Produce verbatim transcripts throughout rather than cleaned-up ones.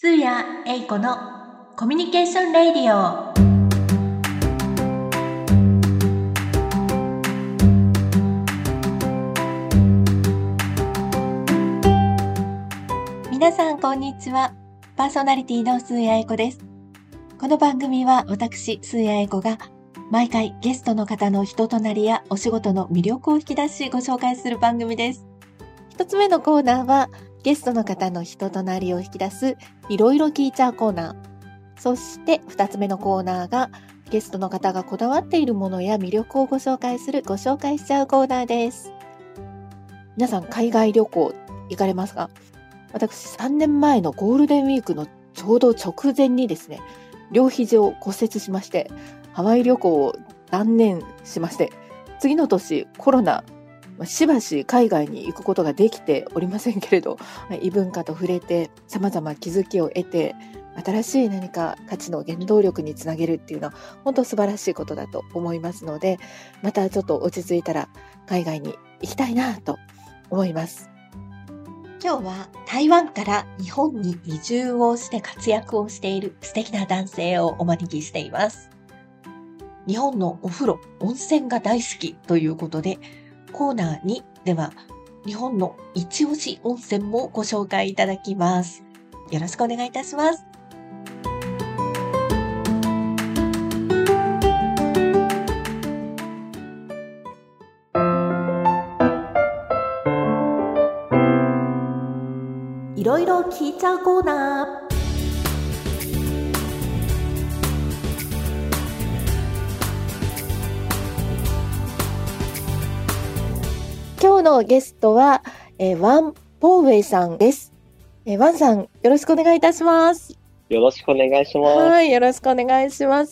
スーヤエイコのコミュニケーションレディオ。皆さんこんにちは。パーソナリティのスーヤエイコです。この番組は私スーヤエイコが毎回ゲストの方の人となりやお仕事の魅力を引き出しご紹介する番組です。一つ目のコーナーはゲストの方の人となりを引き出すいろいろ聞いちゃうコーナー。そして二つ目のコーナーがゲストの方がこだわっているものや魅力をご紹介するご紹介しちゃうコーナーです。皆さん海外旅行行かれますか？私さんねんまえのゴールデンウィークのちょうど直前にですね、両肘を骨折しましてハワイ旅行を断念しまして、次の年コロナしばし海外に行くことができておりませんけれど、異文化と触れて様々気づきを得て新しい何か価値の原動力につなげるっていうのは本当素晴らしいことだと思いますので、またちょっと落ち着いたら海外に行きたいなと思います。今日は台湾から日本に移住をして活躍をしている素敵な男性をお招きしています。日本のお風呂、温泉が大好きということで、コーナーにでは日本の一押し温泉もご紹介いただきます。よろしくお願いいたします。いろいろ聞いちゃうコーナー。今日のゲストは、えー、ワン・ポーウェイさんです、えー。ワンさん、よろしくお願いいたします。 よろしくお願いします。 はい、よろしくお願いします。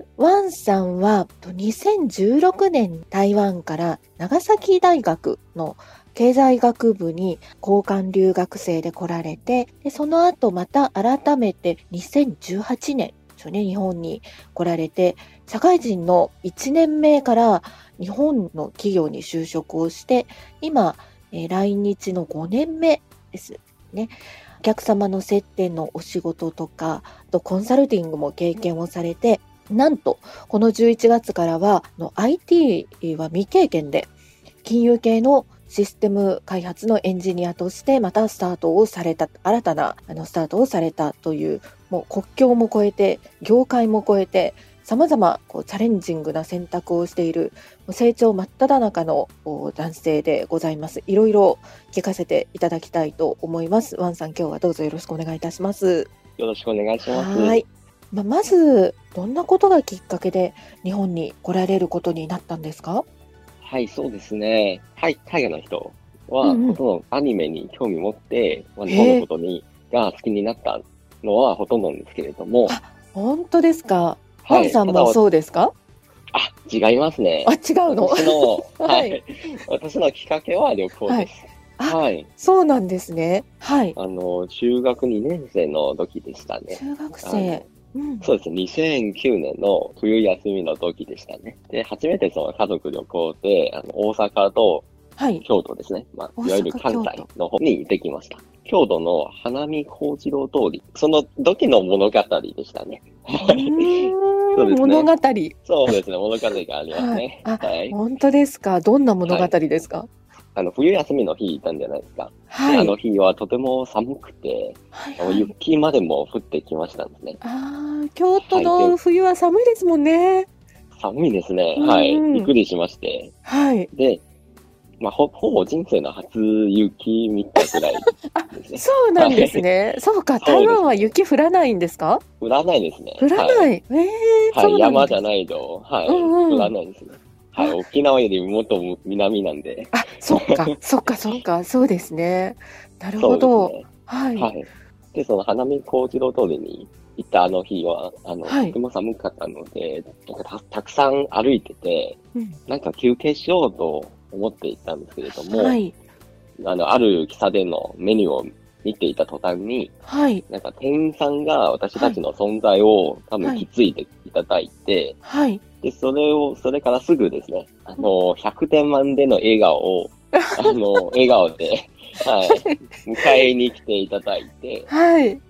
ワンさんはにせんじゅうろくねん台湾から長崎大学の経済学部に交換留学生で来られて、でその後また改めてにせんじゅうはちねんですよね、日本に来られて、社会人のいちねんめから日本の企業に就職をして、今、えー、来日のごねんめですね。お客様の接点のお仕事とか、とコンサルティングも経験をされて、なんとこのじゅういちがつからはの アイティー は未経験で金融系のシステム開発のエンジニアとしてまたスタートをされた、新たなあのスタートをされたという、もう国境も越えて業界も越えて様々こうチャレンジングな選択をしている成長真っ只中の男性でございます。いろいろ聞かせていただきたいと思います。ワンさん、今日はどうぞよろしくお願いいたします。 よろしくお願いします。 はい。まあ、まずどんなことがきっかけで日本に来られることになったんですか？ はい、そうですね。はい、海外の人は、うんうん、ほとんどアニメに興味持って、まあ、日本のことにが好きになったのはほとんどなんですけれども。 あ、本当ですか？ワンさんもそうですか？ あ、違いますね。 あ、違うの？ 私の、はい、私のきっかけは旅行です。 はい。はい、そうなんですね。はい。 あの、中学にねん生の時でしたね。 中学生。 うん、そうですね。にせんきゅうねんの冬休みの時でしたね。で、初めてその家族旅行で、あの大阪と京都ですね。はい、まあ、いわゆる関西の方に行ってきました。京都の花見小次郎通り、その時の物語でしたね。 そうですね。物語。 そうですね。物語がありますね。 はい、はい、本当ですか？どんな物語ですか？はい、 あの冬休みの日行ったんじゃないですか。はい、あの日はとても寒くて、はいはい、雪までも降ってきましたんですね。 ああ、京都の冬は寒いですもんね。はい、 寒いですね。はい。びっくりしまして。はい。で、まあ、ほ、ほぼ人生の初雪見たくらいですね。 あ、そうなんですね。はい、そうか、台湾は雪降らないんですか？ 降らないですね。 降らない。はい、ええー、 はい、山じゃないと、はい、うんうん、降らないですね。はい、沖縄よりもっと南なんで。 あ、そっか、そっか、そっか、そうですね。なるほど。ね、はい。 はい。で、その花見小次郎通りに行ったあの日は、あの、はい、とても寒かったので、なんか た, たくさん歩いてて、うん、なんか休憩しようと思って行ったんですけれども、はい、あの、ある喫茶店のメニューを見ていた途端に、はい、なんか店員さんが私たちの存在を多分気づいていただいて、はい、で、それを、それからすぐですね、あの、ひゃくてん満での笑顔を、あの、笑顔で、はい、迎えに来ていただいて、はい。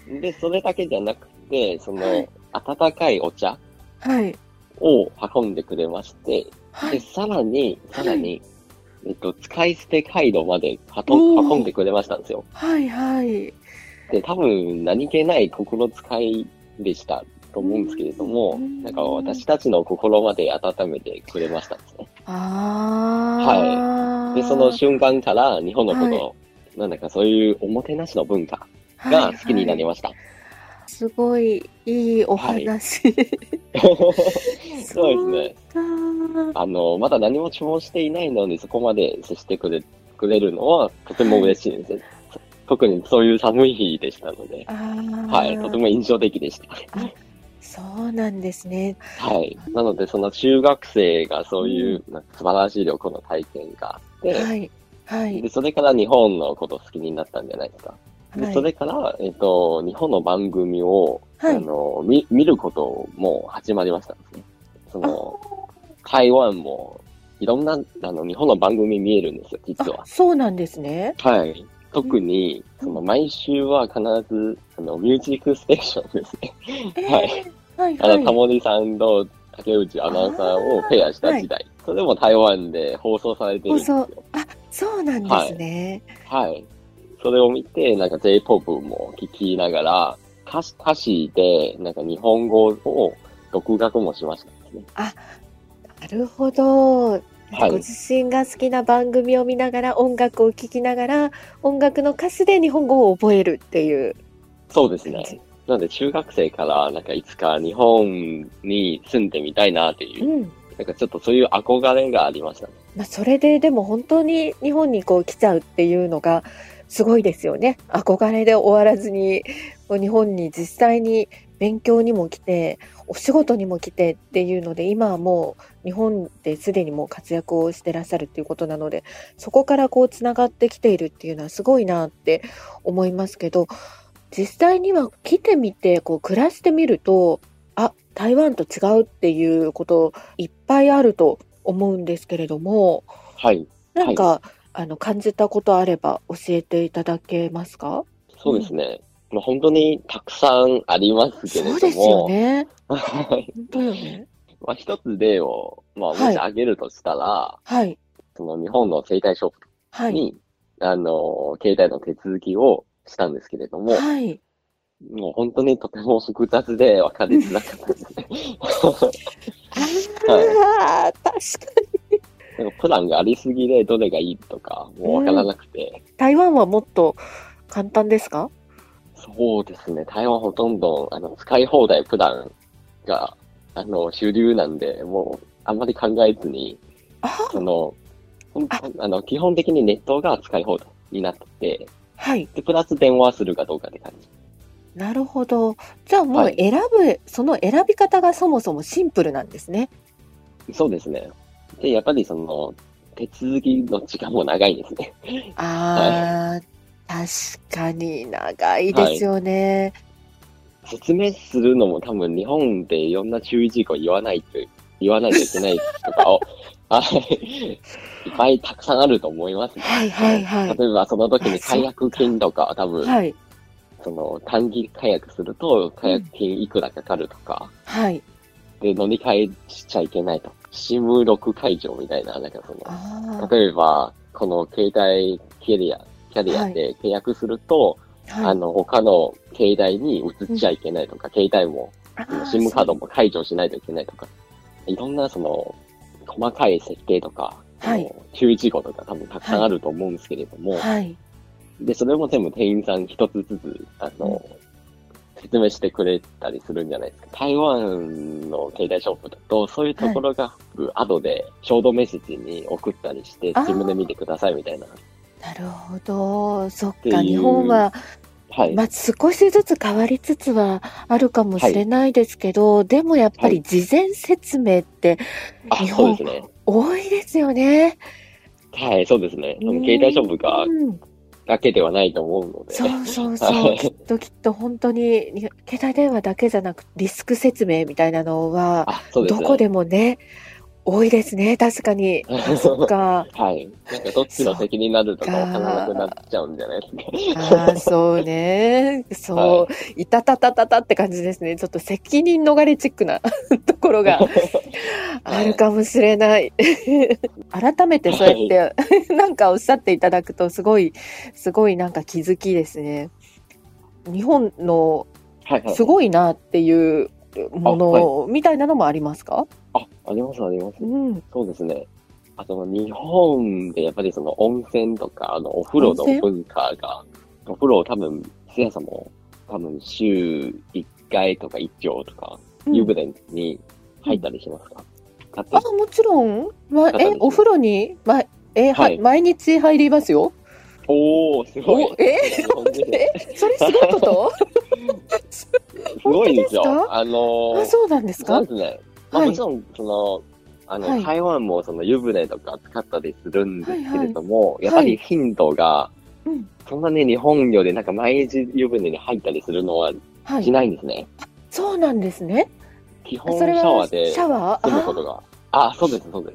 で、それだけじゃなくて、その、 はい、 温かいお茶はい、 を運んでくれまして、で、 はい、 さらに、さらはい。 に、えっと、使い捨てカイロまではと運んおお、 でくれましたんですよ。 はいはい。 で、多分何気ない心遣いでしたとうー思うんですけれどん、うも、なんかーん。 私たちの心まで温めてくれましたんですね。はい。で、そのあ瞬間から日本あ、はい、 のこと、なんだかそういうおもてなしの文化はいが好きにはい。 なりました。 すごいいいおはい。 話。 そうですそうね。 か。 あの、まだ何も注文していないのにそこまで接してくれ、くれるのはとてもはい。 嬉しいです。特にそういう寒い日でしたので、はい。とてあも印象的でした。 あ、あ、そうなんですね。 はい。なので、その中学生がそういうん。 うなんか素晴らしい旅行の体験があって、 はい。はい。 で、それから日本のこと好きになったんじゃないですか。で、そはい。 れから、えっと、日本の番組を、あはい。 の、見、見ることも始まりましたんですね。そあの、台湾も、いろんな、あの、日本の番組見えるんですよ、 あ、あ、 実は。 そうなんですね。 はい。 うん。 特に、 うん。 その、毎週は必ず、あの、ミュージックステーションですね。 えはい。 え、はいあの、 はい。 タモリさんと竹内アあナウンサーをペアしあ、はい。 た時代。それも台湾で放送されて放送るんですよ。 あ、そうなんではい。 すね。 はい。それを見て、なんか J-ジェイポップ も聞きながら、歌詞、歌詞で、なんか日本語を独学もしましたですね。 あ、なるほど。なんかごはい。 自身が好きな番組を見ながら、音楽を聴きながら、音楽の歌詞で日本語を覚えるっていうそうですね。 感じ。 なので中学生からなんかいつか日本に住んでみたいなっていう、 うん。 なんかちょっとそういう憧れがありましたね。 まあ、それででも本当に日本にこう来ちゃうっていうのがすごいですよね。憧れで終わらずに、こう日本に実際に勉強にも来て、お仕事にも来てっていうので、今はもう日本ですでにもう活躍をしてらっしゃるっていうことなので、そこからこうつながってきているっていうのはすごいなって思いますけど、実際には来てみて、こう暮らしてみると、あ、台湾と違うっていうこといっぱいあると思うんですけれども、 はい。はい。 なんか、あの、感じたことあれば教えていただけますか？うん。 そうですね。まあ、本当にたくさんありますけれそうですよども、 ね。 はい。 ほんとよね。 まあ、一つ例を、まあ、もはい。 し挙げるとしたら、 はい。 その日本の携帯ショップはい。 に、あの、携帯の手続きをしたんですけれども、 はい。 もう本当にとても複雑で分かりづらかったですね。はい。 ああ、確かに。 なんかプランがありすぎでどれがいいとかもう分からうん。 なくて、 台湾はもっと簡単ですか？ そうですね。台湾ほとんど、あの、使い放題プランが、あの、主流なんで、もう、あんまり考えずに、そあの、ほんあ、あ、 あの、基本的にネットが使い放題になってて、 はい。 で、プラス電話するかどうかって感じ。 なるほど。じゃあもはい。 う選ぶその選び方がそもそもシンプルなんですね。 そうですね。で、やっぱりその、手続きの時間も長いですね。はい。 ああ、確かに長いではい。 すよね。 説明するのも多分日本でいろんな注意事項言わないと、言わないといけないとかを、はい。いっぱいたくさんあると思いますね。 はいその、 はいはい。 例えばその時あ、 にそっ解約か。 金とか多分、 はい。 その短期解約すると解約うん。 金いくらかかるとか、 はい。 で、乗り換えしちゃいけないと。シムロック解除みたいな、なんかその、 あ例えば、この携帯キャリア、キャあ、 リアはい。 で契約すると、 はい。 あの、他の携帯に移っうん。 ちゃいけないとか、携帯も、そのああ、 シムカードそう。 も解除しないといけないとか、いろんなその、細かい設定とか、そはい。 の、注意事項とか多分たくさはい。 んあると思うんですけれども、 はい。 で、それも全部店員さん一つずつ、あうん。 の、説明してくれたりするんじゃないですか。台湾の携帯ショップだと、そういうとはい。 ころが後でショートメッセージに送ったりして、 あ自分で見てあ、 くださいみたいな、っなるほど。そってか、日本いう、 は、 はい、 ま、少しずつ変わりつつはあるかもしれはい、 ないですけど、でもやっぱりはい。 事前説明ってあ、 日本そうですね。 多いですよね。 はい、そうですね。 うその携帯ショップが、 ーん。 だけではないと思うので、 そうそうはそう。きっい。 ときっと本当に、に携帯電話だけじゃなく、リスク説明みたいなのは、 あ、そうですね。 どこでもね、 多いですね、確かに。そっか。 はい。なんかどっちの責任になるとかわからなくなっちゃうんじゃないですか。 ああ、そうね。そう、はい、いたたたたたって感じですね。ちょっと責任逃れチックなところがあるかもしれない。改めてそうやって、はい、なんかおっしゃっていただくと、すごい、すごいなんか気づきですね。日本のすごいなっていうものみたいなのもありますか？ あ、ありますあります。うん、そうですね。あと日本でやっぱりその温泉とか、あの、お風呂の文化が、お風呂多分、せやさんも多分週いっかいとかいっ錠とか、湯船に入ったりしますか？ うん、あ、もちろん。ま、え、お風呂に、ま、え、はい、毎日入りますよ。 おー、すごい。 ええ、それすごいことすごいですよ。あのー、 あ、そうなんですか？ そうですね。まあ、はい、もちろん、その、あの、はい、台湾もその湯船とか使ったりするんですけれども、はいはい、やっぱり頻度が、はい、そんなね、日本よりなんか毎日湯船に入ったりするのはしないんですね。はい、 そうなんですね。 基本シャワーでシャワー済むことが。ああ、そうです、そうです。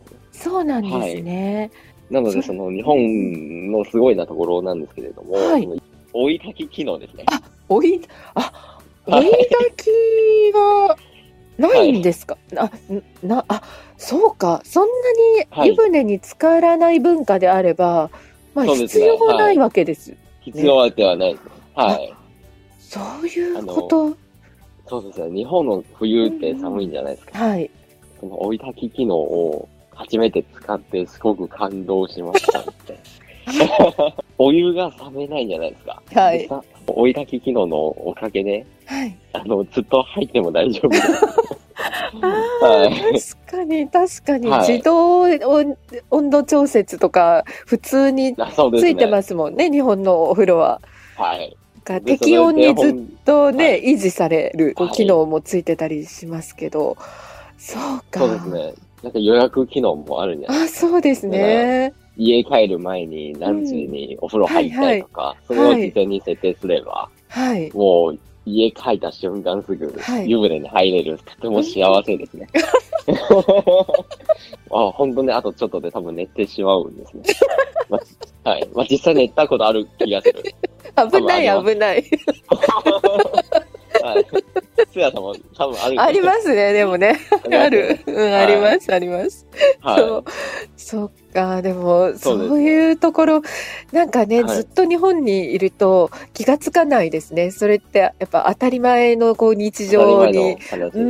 そうなんですね。 はい、なので、その日本のすごいなところなんですけれども、はい、追い炊き機能ですね。 あ、追い、あ、追い炊きがないんですか？はい、あ、な、あ、そうか。そんなに湯船に浸からない文化であれば、はい、まあ必要はないわけです。 必要ではないです。はい。 そういうこと。 そうですね。日本の冬って寒いんじゃないですか。 うん、はい。 その追い炊き機能を初めて使ってすごく感動しましたって。お湯が冷めないんじゃないですか。はい。追い炊き機能のおかげで、はい、あの、ずっと入っても大丈夫です。 はい、確かに、確かに、はい、自動温度調節とか、普通についてますもんね、日本のお風呂は。 はい。 適温にずっとね、はい、維持される機能もついてたりしますけど、はい、そうか。 そうですね。なんか予約機能もあるんじゃないですか。 あ、そうですね。 家帰る前に何時にお風呂入りたいとか、うん、はいはい、それを事前に設定すれば、はい、もう家帰った瞬間すぐ湯船に入れる、はい、とても幸せですね。あ、本当にあとちょっとで多分寝てしまうんですね。まあ、はい。まあ、実際寝たことある気がする。 危ない危ない。 はい。つやさんも多分ある。 ありますね、でもね。ある。うん、はい、あります、あります。はい。そう。そっか、でも、そういうところ、なんかね、はい、ずっと日本にいると気がつかないですね。それって、やっぱ当たり前のこう日常に、うん、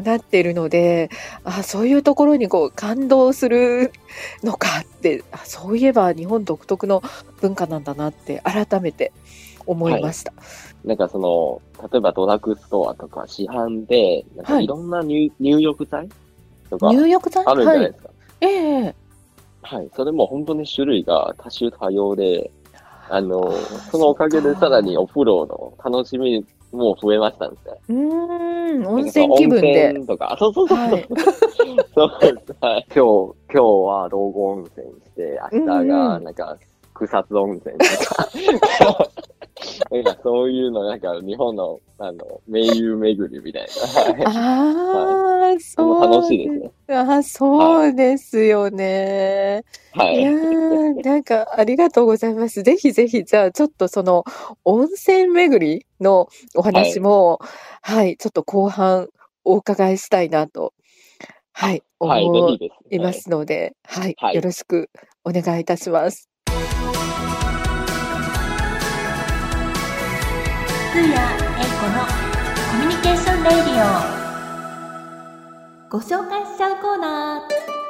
なっているので、あ、そういうところにこう感動するのかって、あ、そういえば日本独特の文化なんだなって改めて思いました。はい、 なんかその、例えばドラッグストアとか市販で、なんかいろんな入、はい、入浴剤とか入浴剤あるんじゃないですか。 はい、ええはい。それも本当に種類が多種多様で、あの、そのおかげでさらにお風呂の楽しみも増えましたんですね。 うーん、温泉気分で。 温泉とか、そうそうそう。はい、そうです。はい。今日、今日は道後温泉して、明日がなんか草津温泉とか。なんかそういうの、なんか日本の、あの、名優巡りみたいな。 ああ、はい、そう。 楽しいですね。 あ、そうですよね。はい。いやー、なんかありがとうございます。ぜひぜひ、じゃあちょっとその、温泉巡りのお話も、はい、はい、ちょっと後半お伺いしたいなと、はい、思いますので、はい、はい、よろしくお願いいたします。 スーヤエイコのコミュニケーションレイディオ、ご紹介しちゃうコーナ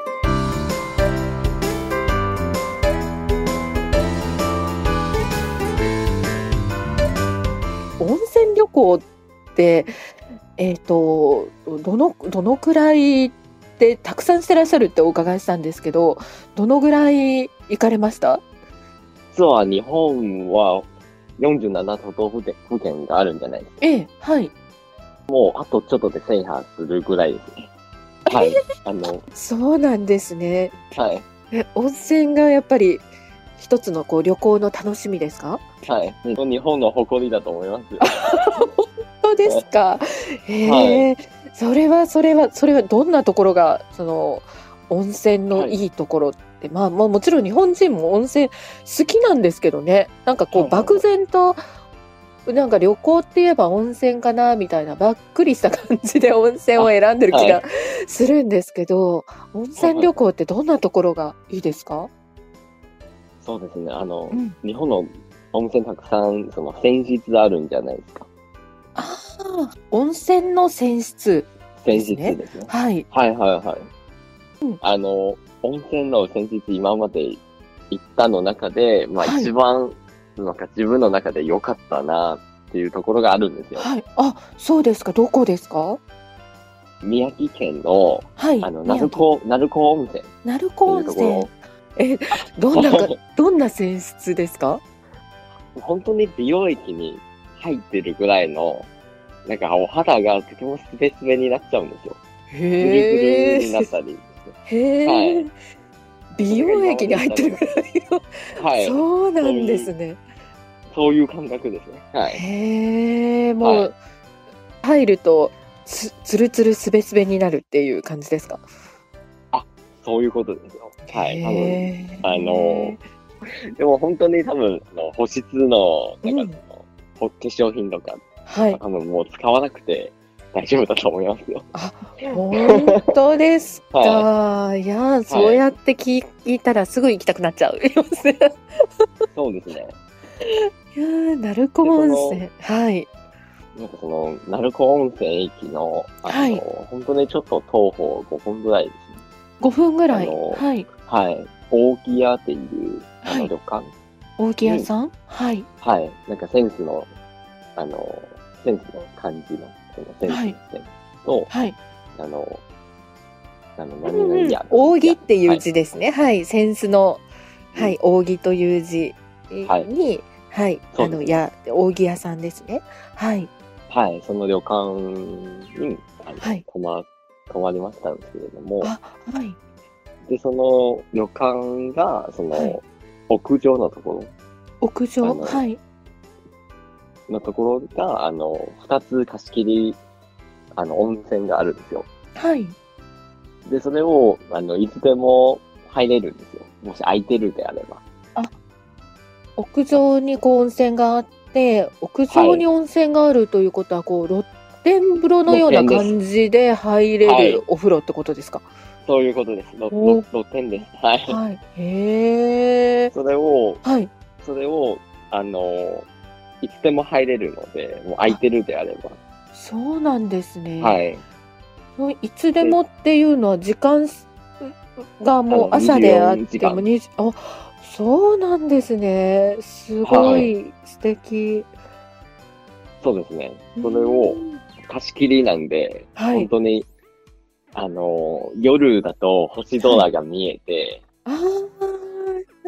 ー。温泉旅行ってえっとどのどのくらいでたくさんしてらっしゃるってお伺いしたんですけど、どのぐらい行かれました？ 実は日本はよんじゅうなな都道府県があるんじゃないですか。 ええ、はい。 もうあとちょっとで制覇するぐらいですね。はい。あの。 そうなんですね。 はい。 え、温泉がやっぱり一つのこう旅行の楽しみですか？ はい。日本の誇りだと思います。 本当ですか。へえ、はい、それはそれはそれはどんなところがその温泉のいいところって、はい、まあもうもちろん日本人も温泉好きなんですけどね、なんかこう漠然となんか旅行って言えば温泉かなみたいなばっくりした感じで温泉を選んでる気がするんですけど、はい、温泉旅行ってどんなところがいいですか？ そうですね、あの、 うん、 日本の温泉たくさんその泉質あるんじゃないですか。 ああ、温泉の泉質ですね。 泉質ですね。 はい。 はいはいはい。 うん、 あの、温泉の泉質今まで行ったの中で、まあ一番、はい、なんか自分の中で良かったなっていうところがあるんですよ。 はい。あ、そうですか。どこですか？ 宮城県の、 はい、 あの、鳴子、鳴子温泉。 鳴子温泉。え、どんなか、どんな泉質ですか？ 本当に美容液に入ってるぐらいの、なんかお肌がとてもスベスベになっちゃうんですよ。 へー。 グルグルになったり。 へー。はい、美容液に入ってるぐらいの。はい。そうなんですね。 そういう感覚ですね。はい。 へー。もう、はい、入るとつ、つるつるすべすべになるっていう感じですか？ あ、そういうことですよ。はい。多分、あの、でも本当に多分、あの保湿の、なんかその、化粧品とか、はい、多分もう使わなくて大丈夫だと思いますよ。 あ、本当ですか。はい、いや、そうやって聞いたらすぐ行きたくなっちゃう。 そうですね。 いやー、鳴子温泉。はい。 なんかその、鳴子温泉駅の、あの、はい、本当にちょっと徒歩ごふんぐらいですね。 ごふんぐらい。はい。 はい。大木屋っていう、あの、旅館。はい、 大木屋さん、はい。 はい。なんかセンスの、あの、センスの感じの、そのセンスのセンスと、はい。あの、あの、何々屋。 扇っていう字ですね。はい。はい、センスの、はい。扇という字に、はい。はい、あの、や、扇屋さんですね。はい。 はい。その旅館に、あの、はい、泊ま、泊まりましたんですけれども、 あ、はい。 で、その旅館が、その、はい、屋上のところ。 屋上、はい。 のところが、あの、二つ貸し切り、あの、温泉があるんですよ。 はい。 で、それを、あの、いつでも入れるんですよ。もし空いてるであれば。 あ、屋上にこう温泉があって、屋上に温泉があるということは、こう、露天風呂のような感じで入れるお風呂ってことですか？はい、 そういうことです。露天です。はい。はい。 へー。 それを、 はい。 それを、あの、いつでも入れるので、もう空いてるであれば。 そうなんですね。 はい。 いつでもっていうのは時間がもう朝であってもにじ、あ、そうなんですね。すごい素敵。はい、 そうですね。それを貸し切りなんで、はい、本当に、あの、夜だと星空が見えて、はい、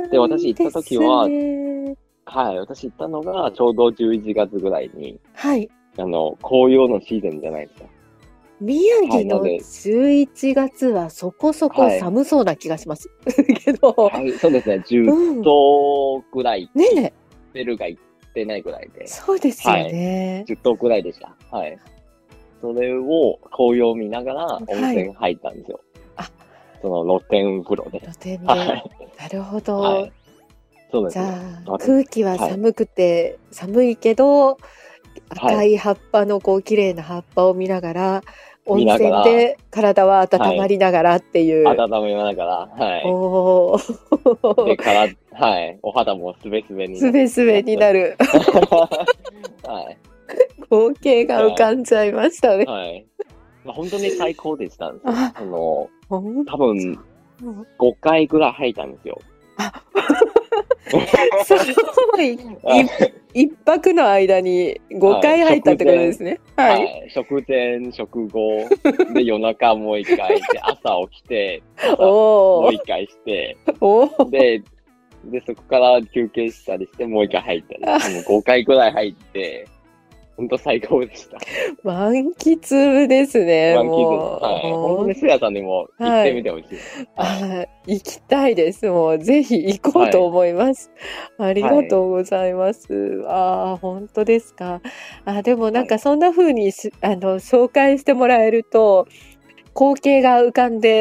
で、私行った時は、はい、私行ったのがちょうどじゅういちがつぐらいに、はい、あの、紅葉のシーズンじゃないですか。 宮城のじゅういちがつはそこそこ寒そうな気がします。はい、けど。 はい、そうですね。じゅうどぐらい。ねえ。ベルが行ってないぐらいで。 そうですよね。 はい、じゅっどぐらいでした。はい。それを紅葉を見ながら温泉入ったんですよ。はい、あ、その露天風呂で。 露天で。はい、なるほど。はい、 そうですね。 じゃあ、空気は寒くて、はい、寒いけど、赤い葉っぱのこう綺麗な葉っぱを見ながら、温泉で体は温まりながらっていう。 はい、温めながら、はい。おで、から、はい。お肌もすべすべになる。 すべすべになる。はい。光景が浮かんじゃいましたね。 はい。まあ、本当に最高でしたんですよ。あの、多分、ごかいぐらい入ったんですよ。あすごい。一泊の間にごかい入ったってことですね。 はい。はい、食前、食後、で、夜中もう一回して、朝起きて、もう一回して、で、で、そこから休憩したりして、もう一回入ったり、多分ごかいぐらい入って、本当最高でした。 満喫ですね。 満喫。はい。本当にすやさんにも行ってみてほしい。 はい。はい、行きたいです。もうぜひ行こうと思います。はい、ありがとうございます。はい、ああ、本当ですか。あ、でもなんかそんな風に、はい、あの紹介してもらえると光景が浮かんで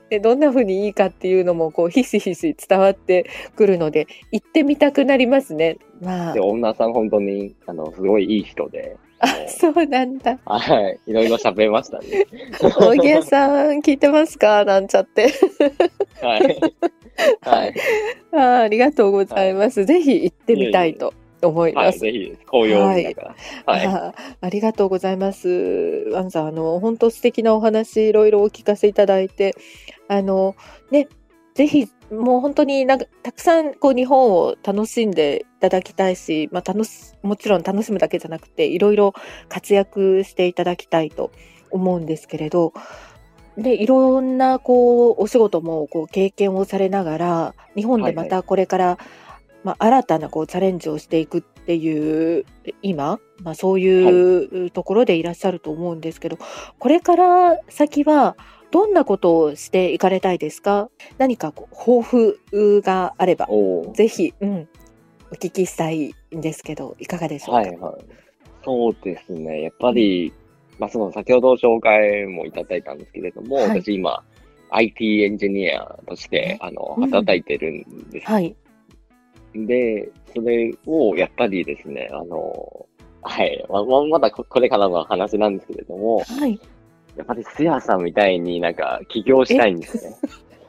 でどんな風にいいかっていうのもこうひしひし伝わってくるので行ってみたくなりますね。まあ。 で、オーナーさん本当にあのすごいいい人で。 あ、そうなんだ。 はい、いろいろ喋れましたね。 大木さん聞いてますかなんちゃって。 はい。はい。 あ, ありがとうございます。はい、ぜひ行ってみたいと思います。 はい、ぜひ紅葉見ながら。はい。はい、 あ, ありがとうございます。ワンさん、あの本当素敵なお話いろいろお聞かせいただいて、あのね、ぜひもう本当になんかたくさんこう日本を楽しんでいただきたいし、まあ、楽しもちろん楽しむだけじゃなくていろいろ活躍していただきたいと思うんですけれど、でいろんなこうお仕事もこう経験をされながら日本でまたこれから、はいはい、まあ、新たなこうチャレンジをしていくっていう今、まあ、そういうところでいらっしゃると思うんですけど、はい、これから先はどんなことをしていかれたいですか？何かこう抱負があればぜひ、うん、お聞きしたいんですけどいかがでしょうか？ はいはい、そうですね、やっぱり、うん、まあ、その先ほど紹介もいただいたんですけれども、はい、私今 アイティー エンジニアとしてあの働いてるんです、 うん、はい。 で、それをやっぱりですね、あのはい、ま, まだこれからの話なんですけれども、 はい、 やっぱりスヤさんみたいになんか起業したいんですね。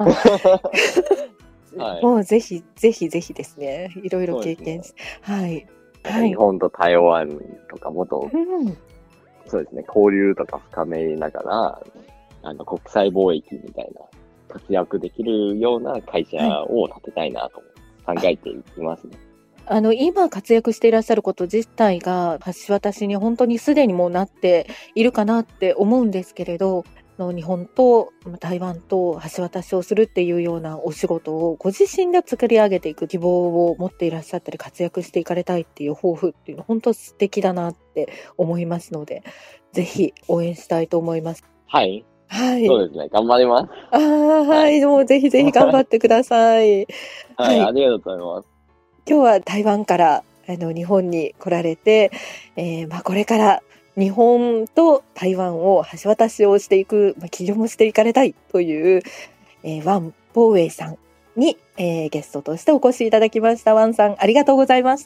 はい、もうぜひぜひぜひですね。いろいろ経験し、ね、はい。 はい、日本と台湾とかもっと、 うん、 そうですね、交流とか深めながら、あの国際貿易みたいな活躍できるような会社を立てたいなと考えていますね。 あの今活躍していらっしゃること自体が橋渡しに本当にすでにもうなっているかなって思うんですけれど、日本と台湾と橋渡しをするっていうようなお仕事をご自身で作り上げていく希望を持っていらっしゃったり活躍していかれたいっていう抱負っていうの本当素敵だなって思いますので、ぜひ応援したいと思います。 はい。 はい。 そうですね。頑張ります。 ああ、はい。もうぜひぜひ頑張ってください。 はい、はい。ありがとうございます。 今日は台湾からあの日本に来られて、えー、まあこれから日本と台湾を橋渡しをしていく、まあ、起業もしていかれたいという、えー、ワン・ポーウェイさんに、えー、ゲストとしてお越しいただきました。ワンさん、ありがとうございました。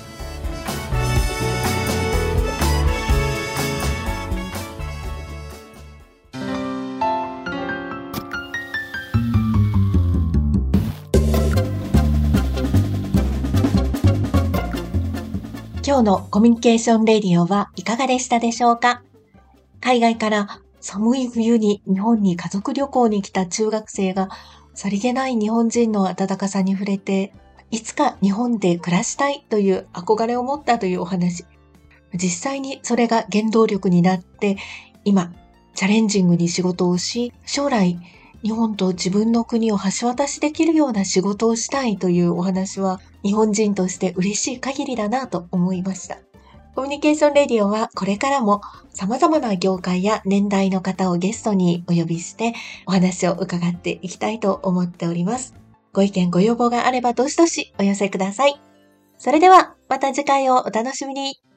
今日のコミュニケーションレディオはいかがでしたでしょうか？海外から寒い冬に日本に家族旅行に来た中学生がさりげない日本人の温かさに触れて、いつか日本で暮らしたいという憧れを持ったというお話。実際にそれが原動力になって、今チャレンジングに仕事をし、将来日本と自分の国を橋渡しできるような仕事をしたいというお話は日本人として嬉しい限りだなと思いました。コミュニケーションレディオはこれからも様々な業界や年代の方をゲストにお呼びしてお話を伺っていきたいと思っております。ご意見ご要望があればどしどしお寄せください。それではまた次回をお楽しみに。